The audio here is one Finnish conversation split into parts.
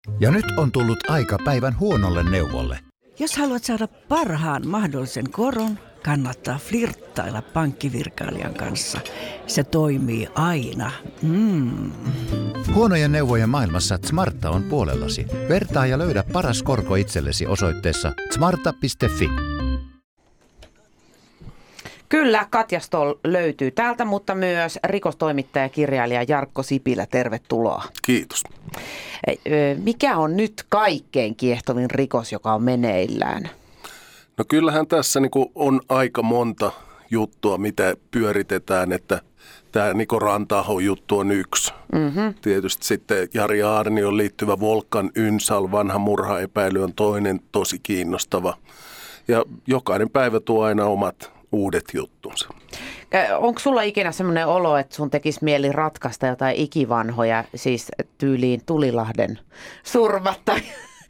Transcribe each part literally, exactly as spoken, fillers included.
Ja nyt on tullut aika päivän huonolle neuvolle. Jos haluat saada parhaan mahdollisen koron, kannattaa flirttailla pankkivirkailijan kanssa. Se toimii aina. Mm. Huonojen neuvojen maailmassa Smarta on puolellasi. Vertaa ja löydä paras korko itsellesi osoitteessa smarta piste fi. Kyllä, Katja Stoll löytyy täältä, mutta myös rikostoimittaja ja kirjailija Jarkko Sipilä, tervetuloa. Kiitos. Mikä on nyt kaikkein kiehtovin rikos, joka on meneillään? No kyllähän tässä niin kuin on aika monta juttua, mitä pyöritetään, että tämä Niko Ranta-ahon juttu on yksi. Mm-hmm. Tietysti sitten Jari Aarnioon liittyvä Volkan Ynsal, vanha murhaepäily, on toinen tosi kiinnostava. Ja jokainen päivä tuo aina omat uudet juttunsa. Onko sulla ikinä semmoinen olo, että sun tekisi mieli ratkaista jotain ikivanhoja, siis tyyliin Tulilahden surmat tai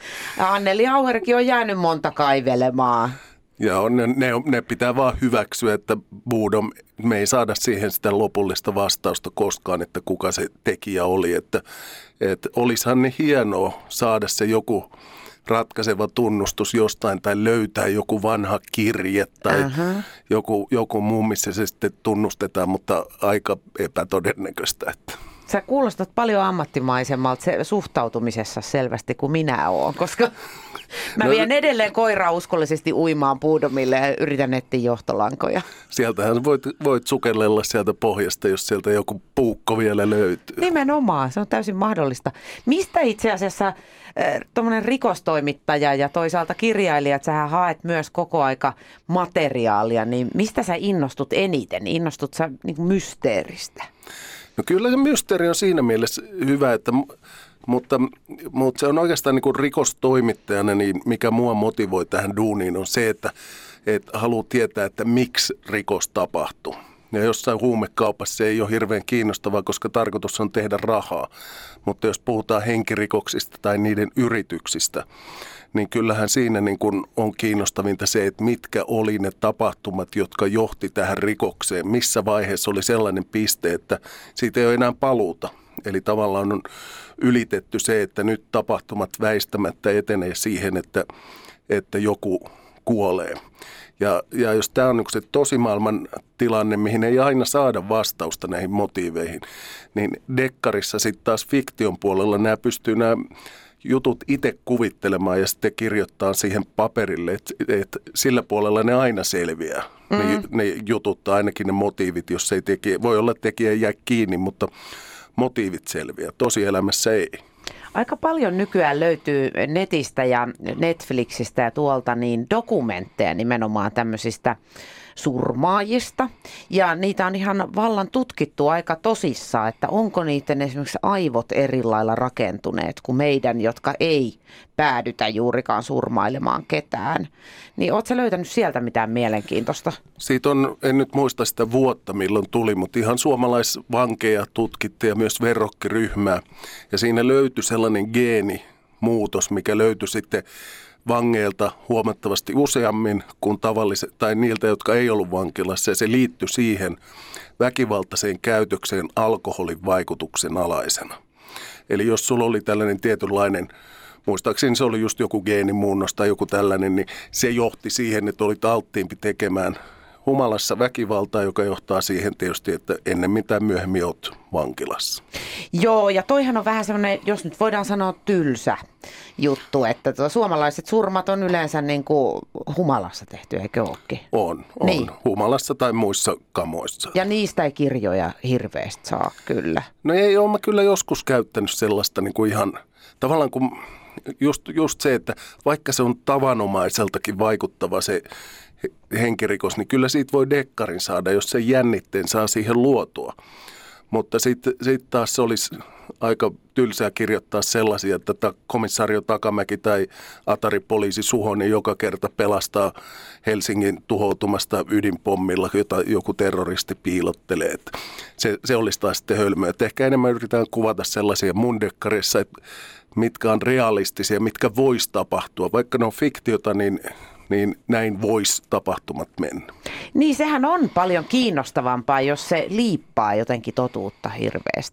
Anneli Auerkin on jäänyt monta kaivelemaan? Ja ne, ne, ne pitää vaan hyväksyä, että Boodom, me ei saada siihen sitä lopullista vastausta koskaan, että kuka se tekijä oli. Että, että olisihan ne hienoa saada se joku ratkaiseva tunnustus jostain tai löytää joku vanha kirje tai uh-huh. joku, joku muu, missä se sitten tunnustetaan, mutta aika epätodennäköistä. Että. Sä kuulostat paljon ammattimaisemmalta se suhtautumisessa selvästi kuin minä oon, koska mä no, vien edelleen koiraa uskollisesti uimaan Boodomille ja yritän etsiä johtolankoja. Sieltähän voit, voit sukellella sieltä pohjasta, jos sieltä joku puukko vielä löytyy. Nimenomaan, se on täysin mahdollista. Mistä itse asiassa äh, tuommoinen rikostoimittaja ja toisaalta kirjailija, että sähän haet myös koko aika materiaalia, niin mistä sä innostut eniten? Innostut sä niin kuin mysteeristä? No kyllä se mysteeri on siinä mielessä hyvä, että, mutta, mutta se on oikeastaan niin kuin rikostoimittajana, niin mikä mua motivoi tähän duuniin on se, että, että haluaa tietää, että miksi rikos tapahtuu. Ja jossain huumekaupassa se ei ole hirveän kiinnostavaa, koska tarkoitus on tehdä rahaa. Mutta jos puhutaan henkirikoksista tai niiden yrityksistä, niin kyllähän siinä niin kun on kiinnostavinta se, että mitkä oli ne tapahtumat, jotka johti tähän rikokseen. Missä vaiheessa oli sellainen piste, että siitä ei ole enää paluuta. Eli tavallaan on ylitetty se, että nyt tapahtumat väistämättä etenee siihen, että, että joku kuolee. Ja, ja jos tämä on niin se tosimaailman tilanne, mihin ei aina saada vastausta näihin motiiveihin, niin dekkarissa sitten taas fiktion puolella nämä pystyy nämä jutut itse kuvittelemaan ja sitten kirjoittaa siihen paperille, että et sillä puolella ne aina selviää. Mm. Ne, ne jutut tai ainakin ne motiivit, jos ei tekijä, voi olla tekijä jää kiinni, mutta motiivit selviää. Tosielämässä ei. Aika paljon nykyään löytyy netistä ja Netflixistä ja tuolta niin dokumentteja nimenomaan tämmöisistä surmaajista. Ja niitä on ihan vallan tutkittu aika tosissaan, että onko niiden esimerkiksi aivot eri lailla rakentuneet kuin meidän, jotka ei päädytä juurikaan surmailemaan ketään. Niin ootko sä löytänyt sieltä mitään mielenkiintoista? Siitä on, en nyt muista sitä vuotta milloin tuli, mutta ihan suomalaisvankeja tutkittiin ja myös verrokkiryhmää. Ja siinä löytyi sellainen geenimuutos, mikä löytyi sitten vangeilta huomattavasti useammin kuin tavalliset, tai niiltä, jotka ei ollut vankilassa. Ja se liittyi siihen väkivaltaiseen käytökseen alkoholin vaikutuksen alaisena. Eli jos sulla oli tällainen tietynlainen, muistaakseni se oli just joku geenimuunnos tai joku tällainen, niin se johti siihen, että olit alttiimpi tekemään humalassa väkivaltaa, joka johtaa siihen tietysti, että ennemmin tai myöhemmin olet vankilassa. Joo, ja toihan on vähän semmoinen, jos nyt voidaan sanoa tylsä juttu, että tuo suomalaiset surmat on yleensä niin kuin humalassa tehty, eikö olekin? On, on. Niin. Humalassa tai muissa kamoissa. Ja niistä ei kirjoja hirveästi saa, kyllä. No ei ole, mä kyllä joskus käyttänyt sellaista niin kuin ihan, tavallaan kun just, just se, että vaikka se on tavanomaiseltakin vaikuttava se henkirikos, niin kyllä siitä voi dekkarin saada, jos se jännitteen saa siihen luotua. Mutta sitten sit taas se olisi aika tylsää kirjoittaa sellaisia, että komissaario Takamäki tai Atari-poliisi Suhonen joka kerta pelastaa Helsingin tuhoutumasta ydinpommilla, jota joku terroristi piilottelee. Että se, se olisi taas sitten hölmöä. Että ehkä enemmän yritetään kuvata sellaisia mun dekkarissa, että mitkä on realistisia, mitkä voisi tapahtua. Vaikka ne on fiktiota, niin niin näin voisi tapahtumat mennä. Niin sehän on paljon kiinnostavampaa, jos se liippaa jotenkin totuutta hirveästi.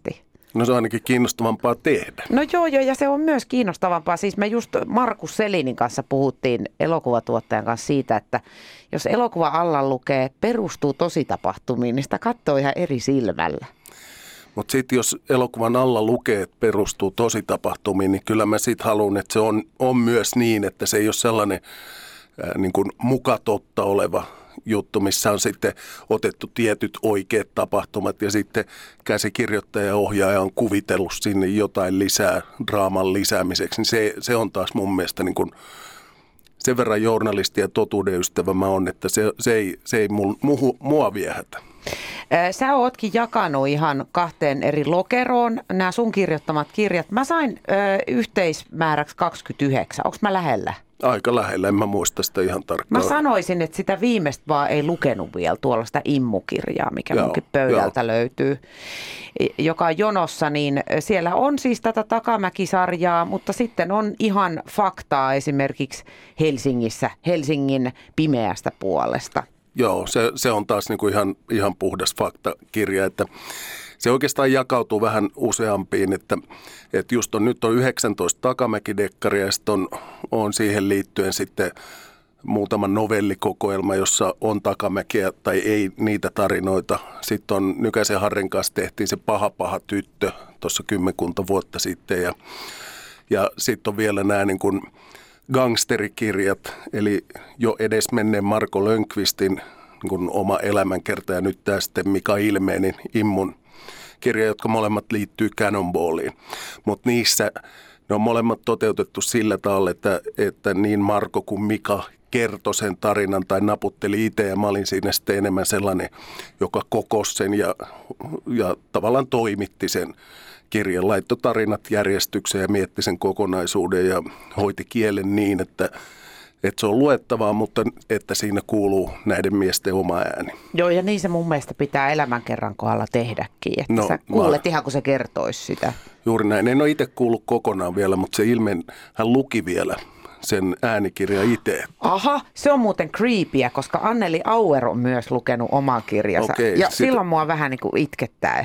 No se on ainakin kiinnostavampaa tehdä. No joo, joo, ja se on myös kiinnostavampaa. Siis me just Markus Selinin kanssa puhuttiin elokuvatuottajan kanssa siitä, että jos elokuva alla lukee perustuu tositapahtumiin, niin sitä katsoo ihan eri silmällä. Mutta sitten jos elokuvan alla lukee, että perustuu tositapahtumiin, niin kyllä mä sitten haluan, että se on, on myös niin, että se ei ole sellainen ää, niin kuin muka totta oleva juttu, missä on sitten otettu tietyt oikeat tapahtumat ja sitten käsikirjoittaja ja ohjaaja on kuvitellut sinne jotain lisää draaman lisäämiseksi. Niin se, se on taas mun mielestä niin kuin sen verran journalisti ja totuuden ystävä mä on, että se, se ei, se ei mul, muhu, mua viehätä. Sä ootkin jakanut ihan kahteen eri lokeroon nämä sun kirjoittamat kirjat. Mä sain ö, yhteismääräksi kaksikymmentäyhdeksän. Onko mä lähellä? Aika lähellä, en mä muista sitä ihan tarkkaan. Mä sanoisin, että sitä viimeistä vaan ei lukenut vielä tuollaista immukirjaa, mikä joo, munkin pöydältä joo. löytyy, joka on jonossa. Niin siellä on siis tätä Takamäki-sarjaa, mutta sitten on ihan faktaa esimerkiksi Helsingissä, Helsingin pimeästä puolesta. Joo, se, se on taas niinku ihan, ihan puhdas faktakirja, että se oikeastaan jakautuu vähän useampiin, että, että just on, nyt on yhdeksäntoista Takamäki-dekkaria ja sitten on, on siihen liittyen sitten muutama novellikokoelma, jossa on Takamäkiä tai ei niitä tarinoita. Sitten on Nykäsen Harrin kanssa tehtiin se Paha paha tyttö tuossa kymmenkunta vuotta sitten ja, ja sitten on vielä nämä niin kuin gangsterikirjat, eli jo edesmenneen Marko Lönnqvistin niin kuin oma elämänkerta ja nyt tämä sitten Mika Ilmenin Immun kirja, jotka molemmat liittyy Cannonballiin. Mutta niissä ne on molemmat toteutettu sillä tavalla, että, että niin Marko kuin Mika kertoi sen tarinan tai naputteli itse ja mä olin siinä sitten enemmän sellainen, joka kokosi sen ja, ja tavallaan toimitti sen kirjan, laittoi tarinat järjestykseen ja mietti sen kokonaisuuden ja hoiti kielen niin, että, että se on luettavaa, mutta että siinä kuuluu näiden miesten oma ääni. Joo, ja niin se mun mielestä pitää elämänkerran kohdalla tehdäkin, että no, sä kuulet mä... ihan kun se kertoisi sitä. Juuri näin. En ole itse kuullut kokonaan vielä, mutta se ilmeen, hän luki vielä sen äänikirja itse. Aha, se on muuten creepyä, koska Anneli Auer on myös lukenut oman kirjansa. Okei, ja sit... silloin mua vähän niin kuin itkettää.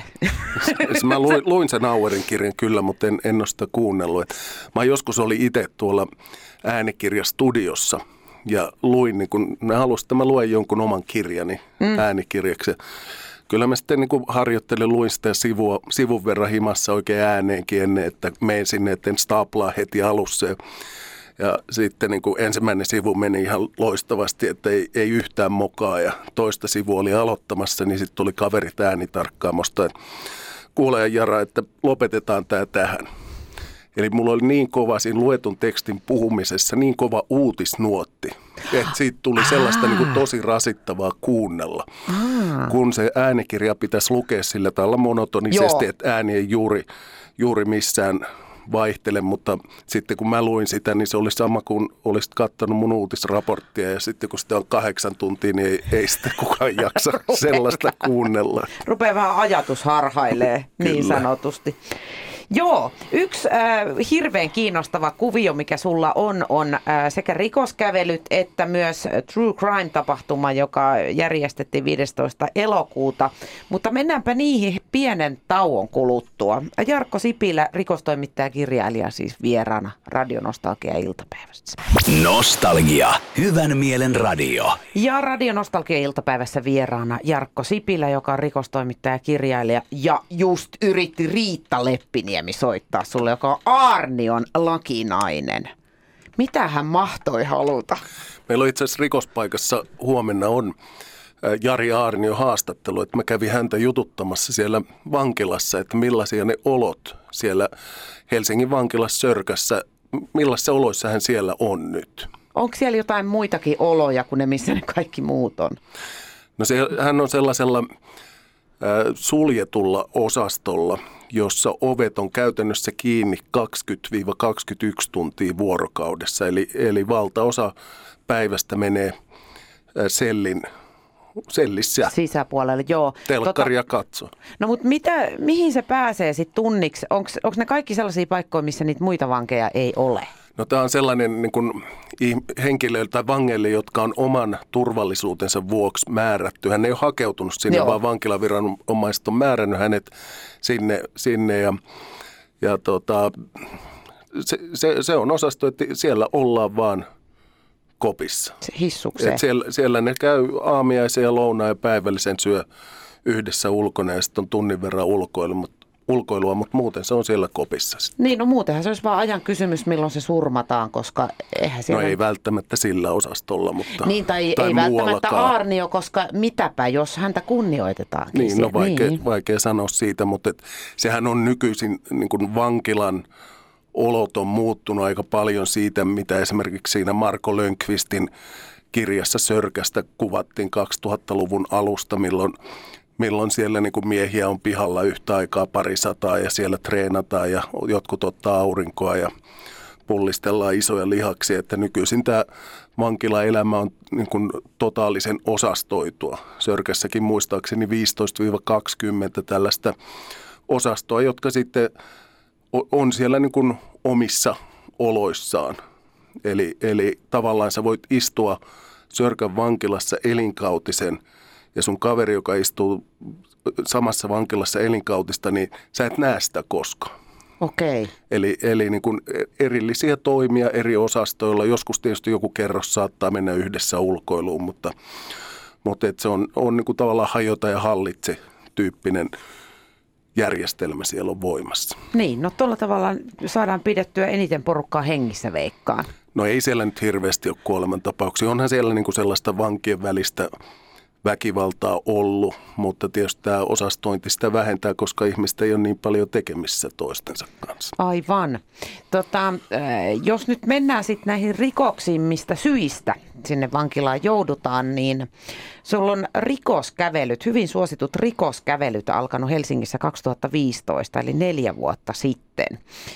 Mä luin, luin sen Auerin kirjan kyllä, mutta en, en ole sitä kuunnellut. Mä joskus oli itse tuolla äänikirjastudiossa ja luin, niin kun mä halusin, että mä luen jonkun oman kirjani mm. äänikirjaksi. Kyllä mä sitten niin kuin harjoittelin, luin sitä sivua, sivun verran himassa oikein ääneenkin ennen, että menen sinne, etten staplaa heti alussa. Ja sitten niin kuin ensimmäinen sivu meni ihan loistavasti, että ei, ei yhtään mokaa ja toista sivua oli aloittamassa, niin sitten tuli kaverit äänitarkkaamosta, että kuule Jara, että lopetetaan tämä tähän. Eli mulla oli niin kova siinä luetun tekstin puhumisessa, niin kova uutisnuotti, että siitä tuli sellaista niin kuin tosi rasittavaa kuunnella, Aa. kun se äänikirja pitäisi lukea sillä tavalla monotonisesti, Joo. että ääni ei juuri, juuri missään vaihtele, mutta sitten kun mä luin sitä, niin se oli sama kuin olisit katsonut mun uutisraporttia ja sitten kun sitä on kahdeksan tuntia, niin ei, ei sitten kukaan jaksa sellaista kuunnella. Rupeaa vähän ajatus harhailee niin sanotusti. Joo, yksi äh, hirveän kiinnostava kuvio, mikä sulla on, on äh, sekä rikoskävelyt että myös True Crime-tapahtuma, joka järjestettiin viidestoista elokuuta. Mutta mennäänpä niihin pienen tauon kuluttua. Jarkko Sipilä, rikostoimittaja, kirjailija, siis vieraana Radionostalgia iltapäivässä. Nostalgia, hyvän mielen radio. Ja Radionostalgia iltapäivässä vieraana Jarkko Sipilä, joka on rikostoimittaja, kirjailija ja just yritti Riitta Leppiniemi soittaa sulle, joka on Aarnion lakinainen. Mitä hän mahtoi haluta? Meillä on itse asiassa rikospaikassa huomenna on Jari Aarnion haastattelu, että mä kävin häntä jututtamassa siellä vankilassa, että millaisia ne olot siellä Helsingin vankilassa Sörkässä, millaisissa oloissa hän siellä on nyt. Onko siellä jotain muitakin oloja kuin ne, missä ne kaikki muut on? No se, hän on sellaisella äh, suljetulla osastolla, jossa ovet on käytännössä kiinni kaksikymmentä kaksikymmentäyksi tuntia vuorokaudessa. Eli, eli valtaosa päivästä menee sellin, sellissä. Sisäpuolelle, joo. Telkkaria tota, katso. No mutta mitä, mihin se pääsee sitten tunniksi? Onko ne kaikki sellaisia paikkoja, missä niitä muita vankeja ei ole? No tämä on sellainen niin kuin henkilö tai vangeille, jotka on oman turvallisuutensa vuoksi määrätty. Hän ei ole hakeutunut sinne, Joo. vaan vankilaviranomaiset on määrännyt hänet sinne, sinne ja, ja tota, se, se, se on osasto, että siellä ollaan vaan kopissa. Hissukseen. Siellä, siellä ne käy aamiaisen ja lounaan ja päivällisen syö yhdessä ulkona ja sitten on tunnin verran ulkoilu, mutta ulkoilua, mutta muuten se on siellä kopissa. Niin, no muutenhan se olisi vaan ajan kysymys, milloin se surmataan, koska eihän siellä... No ei välttämättä sillä osastolla, mutta... Niin, tai, tai ei välttämättä aarnio, koska mitäpä, jos häntä kunnioitetaan. Niin, no vaikea, niin. vaikea sanoa siitä, mutta et, sehän on nykyisin niin kuin vankilan olot on muuttunut aika paljon siitä, mitä esimerkiksi siinä Marko Lönnqvistin kirjassa Sörkästä kuvattiin kaksituhattaluvun alusta, milloin... milloin siellä niin kuin miehiä on pihalla yhtä aikaa parisataa ja siellä treenataan ja jotkut ottaa aurinkoa ja pullistellaan isoja lihaksia. Että nykyisin tämä vankilaelämä on niin kuin totaalisen osastoitua. Sörkässäkin muistaakseni viisitoista kaksikymmentä tällaista osastoa, jotka sitten on siellä niin kuin omissa oloissaan. Eli, eli tavallaan sä voit istua Sörkän vankilassa elinkautisen ja sun kaveri, joka istuu samassa vankilassa elinkautista, niin sä et näe sitä koskaan. Okei. Eli, eli niin kuin erillisiä toimia eri osastoilla. Joskus tietysti joku kerros saattaa mennä yhdessä ulkoiluun, mutta, mutta et se on, on niin kuin tavallaan hajota ja hallitse tyyppinen järjestelmä siellä on voimassa. Niin, no tuolla tavalla saadaan pidettyä eniten porukkaa hengissä, veikkaan. No ei siellä nyt hirveästi ole kuolemantapauksia. Onhan siellä niin kuin sellaista vankien välistä väkivaltaa ollut, mutta tietysti tämä osastointi sitä vähentää, koska ihmiset ei ole niin paljon tekemissä toistensa kanssa. Aivan. Tota, jos nyt mennään sitten näihin rikoksiin, mistä syistä sinne vankilaan joudutaan, niin sulla on rikoskävelyt, hyvin suositut rikoskävelyt alkanut Helsingissä kaksituhattaviisitoista, eli neljä vuotta sitten.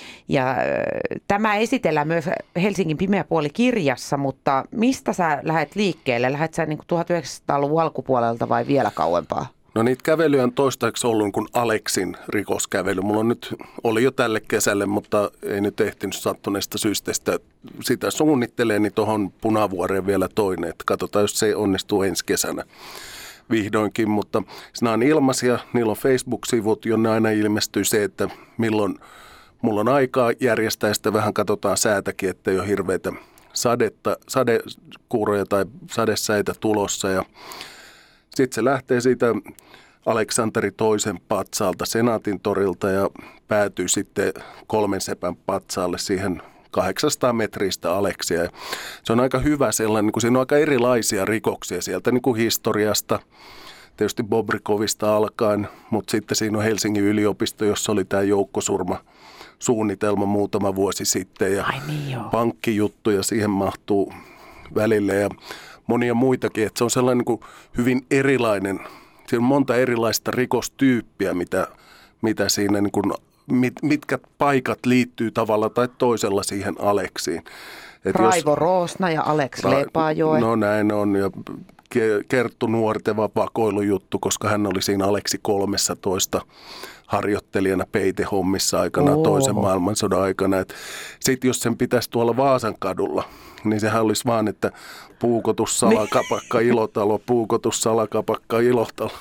Ja tämä esitellään myös Helsingin pimeä puoli -kirjassa, mutta mistä sä lähdet liikkeelle? Lähdet sä niin kuin tuhatyhdeksänsataaluvun alkupuolelta vai vielä kauempaa? No niitä kävelyjä on toistaiseksi ollut niin kuin Aleksin rikoskävely. Mulla on nyt, oli jo tälle kesälle, mutta ei nyt ehtinyt sattuneesta syystä sitä, sitä suunnittelee, niin tuohon Punavuoreen vielä toinen. Että katsotaan, jos se onnistuu ensi kesänä vihdoinkin, mutta nämä on ilmaisia, niillä on Facebook-sivut, jonne aina ilmestyy se, että milloin mulla on aikaa järjestää, sitä vähän katsotaan säätäkin, että ei ole hirveitä sadetta, sadekuuroja tai sadesäitä tulossa. Ja sitten se lähtee siitä Aleksanteri toisen patsaalta Senaatin torilta ja päätyy sitten kolmen sepän patsaalle siihen kahdeksansataa metristä Aleksia. Ja se on aika hyvä sellainen, kun siinä on aika erilaisia rikoksia sieltä niin kuin historiasta. Tietysti Bobrikovista alkaen, mutta sitten siinä on Helsingin yliopisto, jossa oli tämä joukkosurma suunnitelma muutama vuosi sitten ja niin pankkijuttuja siihen mahtuu välille ja monia muitakin. Että se on sellainen niin kuin hyvin erilainen, siinä on monta erilaista rikostyyppiä, mitä, mitä siinä, niin kuin, mit, mitkä paikat liittyy tavalla tai toisella siihen Aleksiin. Et Raivo jos, Roosna ja Alex Ra- Lepaajoe. No näin on ja Kerttu Nuorteva vakoilujuttu, koska hän oli siinä Aleksi kolmetoista harjoittelijana peitehommissa aikana Oo. toisen maailmansodan aikana. Sitten jos sen pitäisi tuolla Vaasan kadulla, niin sehän olisi vaan, että puukotus, salakapakka, ilotalo, puukotus, salakapakka, ilotalo.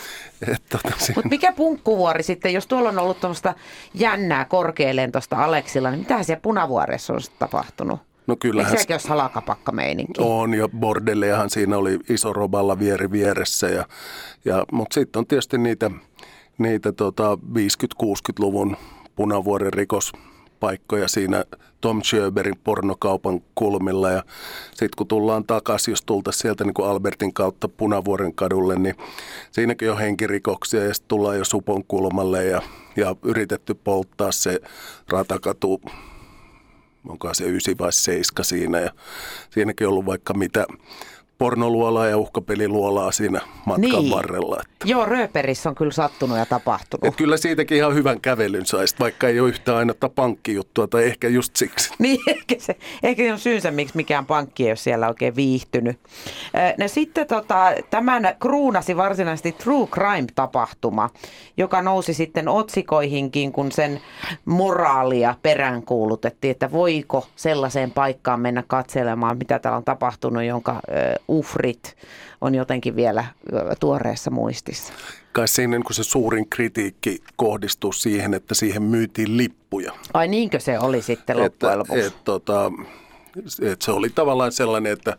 Tota, Mutta mikä Punkkuvuori sitten, jos tuolla on ollut tuommoista jännää korkealentoista Aleksilla, niin mitähän siellä Punavuoressa on tapahtunut? No kyllähän. Eikö sekin ole salakapakkameininki? On, ja bordellejahan siinä oli iso roballa vieri vieressä. Ja, ja, mutta sitten on tietysti niitä, niitä tota viisikymmentä-kuusikymmentäluvun Punavuoren rikospaikkoja siinä Tom Sjöberin pornokaupan kulmilla. Ja sitten kun tullaan takaisin, jos tultaisiin sieltä niin kuin Albertin kautta Punavuoren kadulle, niin siinäkin on henkirikoksia ja sitten tullaan jo Supon kulmalle ja, ja yritetty polttaa se ratakatu. Onko se ysi vai seiska siinä ja siinäkin on ollut vaikka mitä pornoluolaa ja uhkapeliluolaa siinä matkan niin. varrella. Että. Joo, Rööperissä on kyllä sattunut ja tapahtunut. Et kyllä siitäkin ihan hyvän kävelyn saisi, vaikka ei ole yhtään ainutta pankkijuttua tai ehkä just siksi. Niin, ehkä se, ehkä se on syynsä, miksi mikään pankki ei ole siellä oikein viihtynyt. No sitten tota, tämän kruunasi varsinaisesti True Crime-tapahtuma, joka nousi sitten otsikoihinkin, kun sen moraalia peräänkuulutettiin, että voiko sellaiseen paikkaan mennä katselemaan, mitä täällä on tapahtunut, jonka uhrit on jotenkin vielä tuoreessa muistissa. Kai siinä niin se suurin kritiikki kohdistuu siihen, että siihen myytiin lippuja. Ai niinkö se oli sitten loppujen lopuksi? Et, et, tota, et se oli tavallaan sellainen, että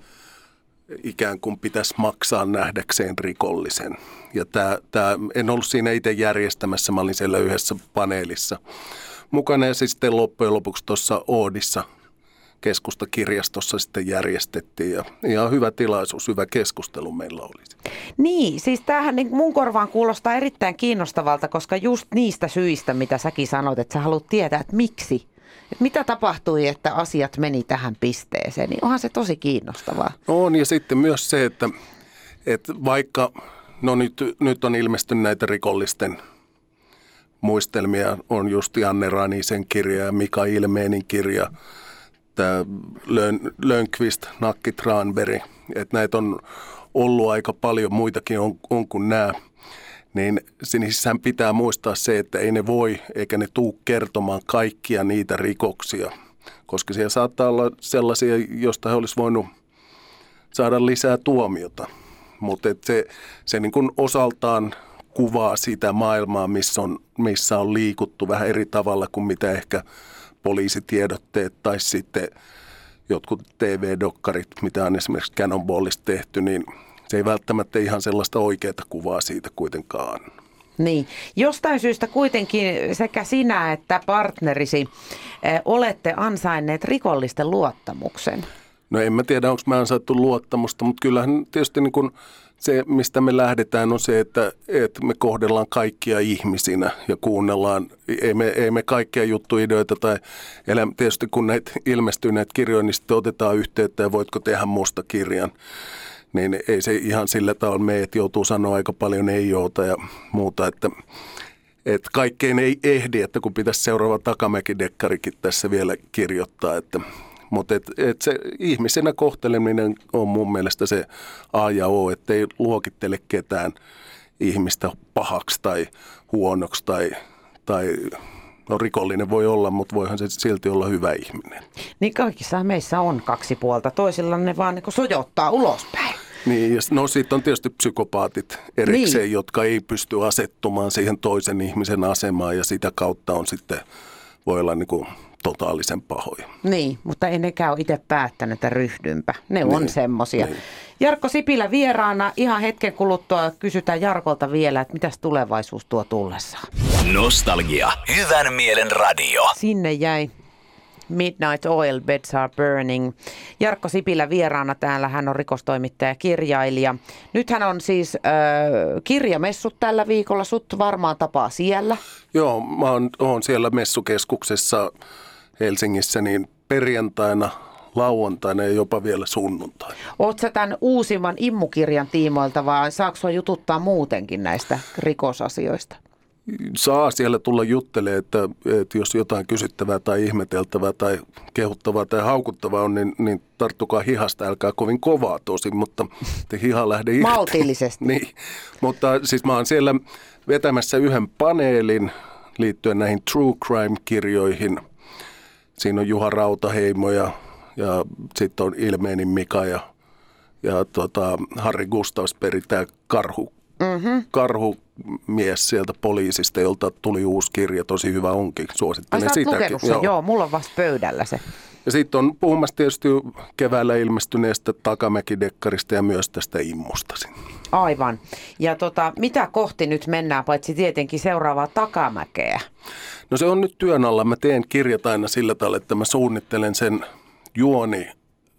ikään kuin pitäisi maksaa nähdäkseen rikollisen. Ja tää, tää, en ollut siinä itse järjestämässä, mä olin siellä yhdessä paneelissa mukana ja sitten loppujen lopuksi tuossa Oodissa keskustakirjastossa sitten järjestettiin ja ihan hyvä tilaisuus, hyvä keskustelu meillä olisi. Niin, siis tämähän niin mun korvaan kuulostaa erittäin kiinnostavalta, koska just niistä syistä, mitä säkin sanoit, että sä haluat tietää, että miksi, että mitä tapahtui, että asiat meni tähän pisteeseen, niin onhan se tosi kiinnostavaa. On ja sitten myös se, että, että vaikka, no nyt, nyt on ilmestynyt näitä rikollisten muistelmia, on just Janne Ranisen kirja ja Mika Ilmenin kirja, tämä Lönnqvist, Nakki Tranberg, että näitä on ollut aika paljon, muitakin on, on kuin nämä, niin sinissään pitää muistaa se, että ei ne voi eikä ne tule kertomaan kaikkia niitä rikoksia, koska siellä saattaa olla sellaisia, joista he olisi voinut saada lisää tuomiota, mutta se, se niin kuin osaltaan kuvaa sitä maailmaa, missä on, missä on liikuttu vähän eri tavalla kuin mitä ehkä poliisitiedotteet tai sitten jotkut T V-dokkarit, mitä on esimerkiksi Cannonballista tehty, niin se ei välttämättä ihan sellaista oikeaa kuvaa siitä kuitenkaan. Niin, jostain syystä kuitenkin sekä sinä että partnerisi äh, olette ansainneet rikollisten luottamuksen. No en mä tiedä, onko mä ansaittu luottamusta, mutta kyllähän tietysti niin kun se, mistä me lähdetään, on se, että, että me kohdellaan kaikkia ihmisinä ja kuunnellaan. Ei me, ei me kaikkia juttuideoita tai elämä. Tietysti kun näitä ilmestyy näitä kirjoja, niin sitten otetaan yhteyttä ja voitko tehdä musta kirjan. Niin ei se ihan sillä tavalla mene, että joutuu sanoa aika paljon ei-joota ja muuta, että, että kaikkein ei ehdi, että kun pitäisi seuraava Takamäki-dekkarikin tässä vielä kirjoittaa, että mutta et, et se ihmisenä kohteleminen on mun mielestä se A ja O, ettei luokittele ketään ihmistä pahaksi tai huonoksi tai, tai no rikollinen voi olla, mutta voihan se silti olla hyvä ihminen. Niin kaikissa meissä on kaksi puolta, toisilla ne vaan niin sojottaa ulospäin. Niin, ja no sitten on tietysti psykopaatit erikseen, niin. jotka ei pysty asettumaan siihen toisen ihmisen asemaan ja sitä kautta on sitten, voi olla niin kuin totaalisen pahoja. Niin, mutta ei nekään ole itse päättänyt, että ryhdynpä. Ne niin, on semmosia. Niin. Jarkko Sipilä vieraana. Ihan hetken kuluttua kysytään Jarkolta vielä, että mitäs tulevaisuus tuo tullessaan. Nostalgia. Hyvän mielen radio. Sinne jäi Midnight Oil, Beds Are Burning. Jarkko Sipilä vieraana täällä. Hän on rikostoimittaja ja kirjailija. Nythän on siis äh, kirjamessut tällä viikolla. Sut varmaan tapaa siellä. Joo, mä oon, oon siellä messukeskuksessa Helsingissä niin perjantaina, lauantaina ja jopa vielä sunnuntaina. Oot sä tämän uusimman immukirjan tiimoilta vai saako sua jututtaa muutenkin näistä rikosasioista? Saa siellä tulla juttelemaan, että, että jos jotain kysyttävää tai ihmeteltävää tai kehuttavaa tai haukuttavaa on, niin, niin tarttukaa hihasta, älkää kovin kovaa tosi, mutta te hiha lähde irti. Maltillisesti. Niin, mutta siis mä oon siellä vetämässä yhden paneelin liittyen näihin True Crime-kirjoihin. Siinä on Juha Rautaheimo ja, ja sitten on Ilmenin Mika ja, ja tota, Harri Gustavsberg, tämä karhu, mm-hmm. karhumies sieltä poliisista, jolta tuli uusi kirja, tosi hyvä onkin, suosittelen sitäkin. Ai sä oot lukenut sen, joo. joo, mulla on vasta pöydällä se. Ja sitten on puhumassa tietysti keväällä ilmestyneestä Takamäki-dekkarista ja myös tästä immusta. Aivan. Ja tota, mitä kohti nyt mennään, paitsi tietenkin seuraavaa Takamäkeä? No se on nyt työn alla. Mä teen kirjat aina sillä tavalla, että mä suunnittelen sen juoni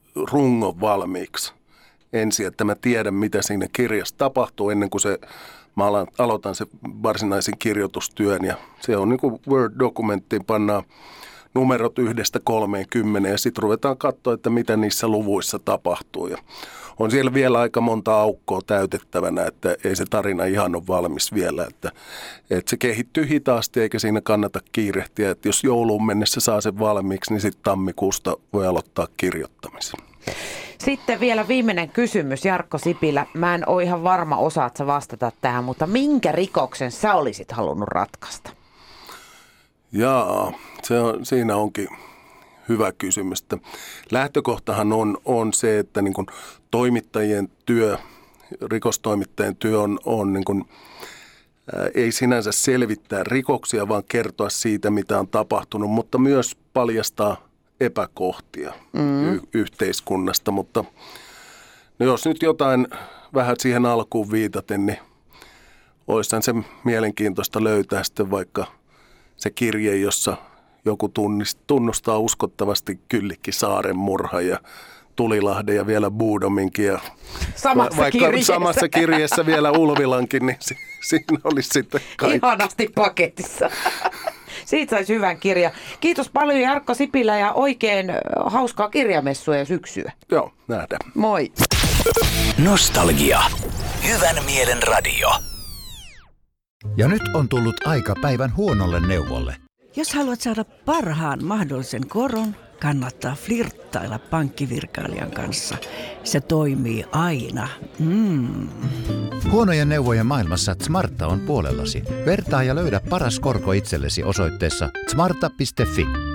rungon valmiiksi ensin, että mä tiedän, mitä siinä kirjassa tapahtuu ennen kuin se, mä aloitan se varsinaisen kirjoitustyön. Ja se on niin kuin Word-dokumenttiin, pannaan numerot yhdestä kolmeen kymmeneen ja sitten ruvetaan katsoa, että mitä niissä luvuissa tapahtuu. Ja on siellä vielä aika monta aukkoa täytettävänä, että ei se tarina ihan ole valmis vielä. Että, että se kehittyy hitaasti eikä siinä kannata kiirehtiä. Että jos jouluun mennessä saa sen valmiiksi, niin sitten tammikuusta voi aloittaa kirjoittamisen. Sitten vielä viimeinen kysymys, Jarkko Sipilä. Mä en ole ihan varma, osaat sä vastata tähän, mutta minkä rikoksen sä olisit halunnut ratkaista? Jaa, se on, siinä onkin hyvä kysymys. Lähtökohtahan on, on se, että niin kuin toimittajien työ, rikostoimittajien työ on, on niin kuin, ää, ei sinänsä selvittää rikoksia, vaan kertoa siitä, mitä on tapahtunut, mutta myös paljastaa epäkohtia mm. y- yhteiskunnasta. Mutta no jos nyt jotain vähän siihen alkuun viitaten, niin olisihan se mielenkiintoista löytää sitten vaikka se kirje, jossa joku tunnist, tunnustaa uskottavasti Kyllikki Saaren murha ja Tulilahden ja vielä Buudominkin. Ja samassa vaikka kirjeessä. samassa kirjeessä vielä Ulvilankin, niin si, siinä olisi sitten kaikki. Ihanasti paketissa. Siitä saisi hyvän kirjan. Kiitos paljon Jarkko Sipilä ja oikein hauskaa kirjamessua ja syksyä. Joo, nähdään. Moi. Nostalgia. Hyvän mielen radio. Ja nyt on tullut aika päivän huonolle neuvolle. Jos haluat saada parhaan mahdollisen koron, kannattaa flirttailla pankkivirkailijan kanssa. Se toimii aina. Mm. Huonojen neuvojen maailmassa Smarta on puolellasi. Vertaa ja löydä paras korko itsellesi osoitteessa smarta piste fi.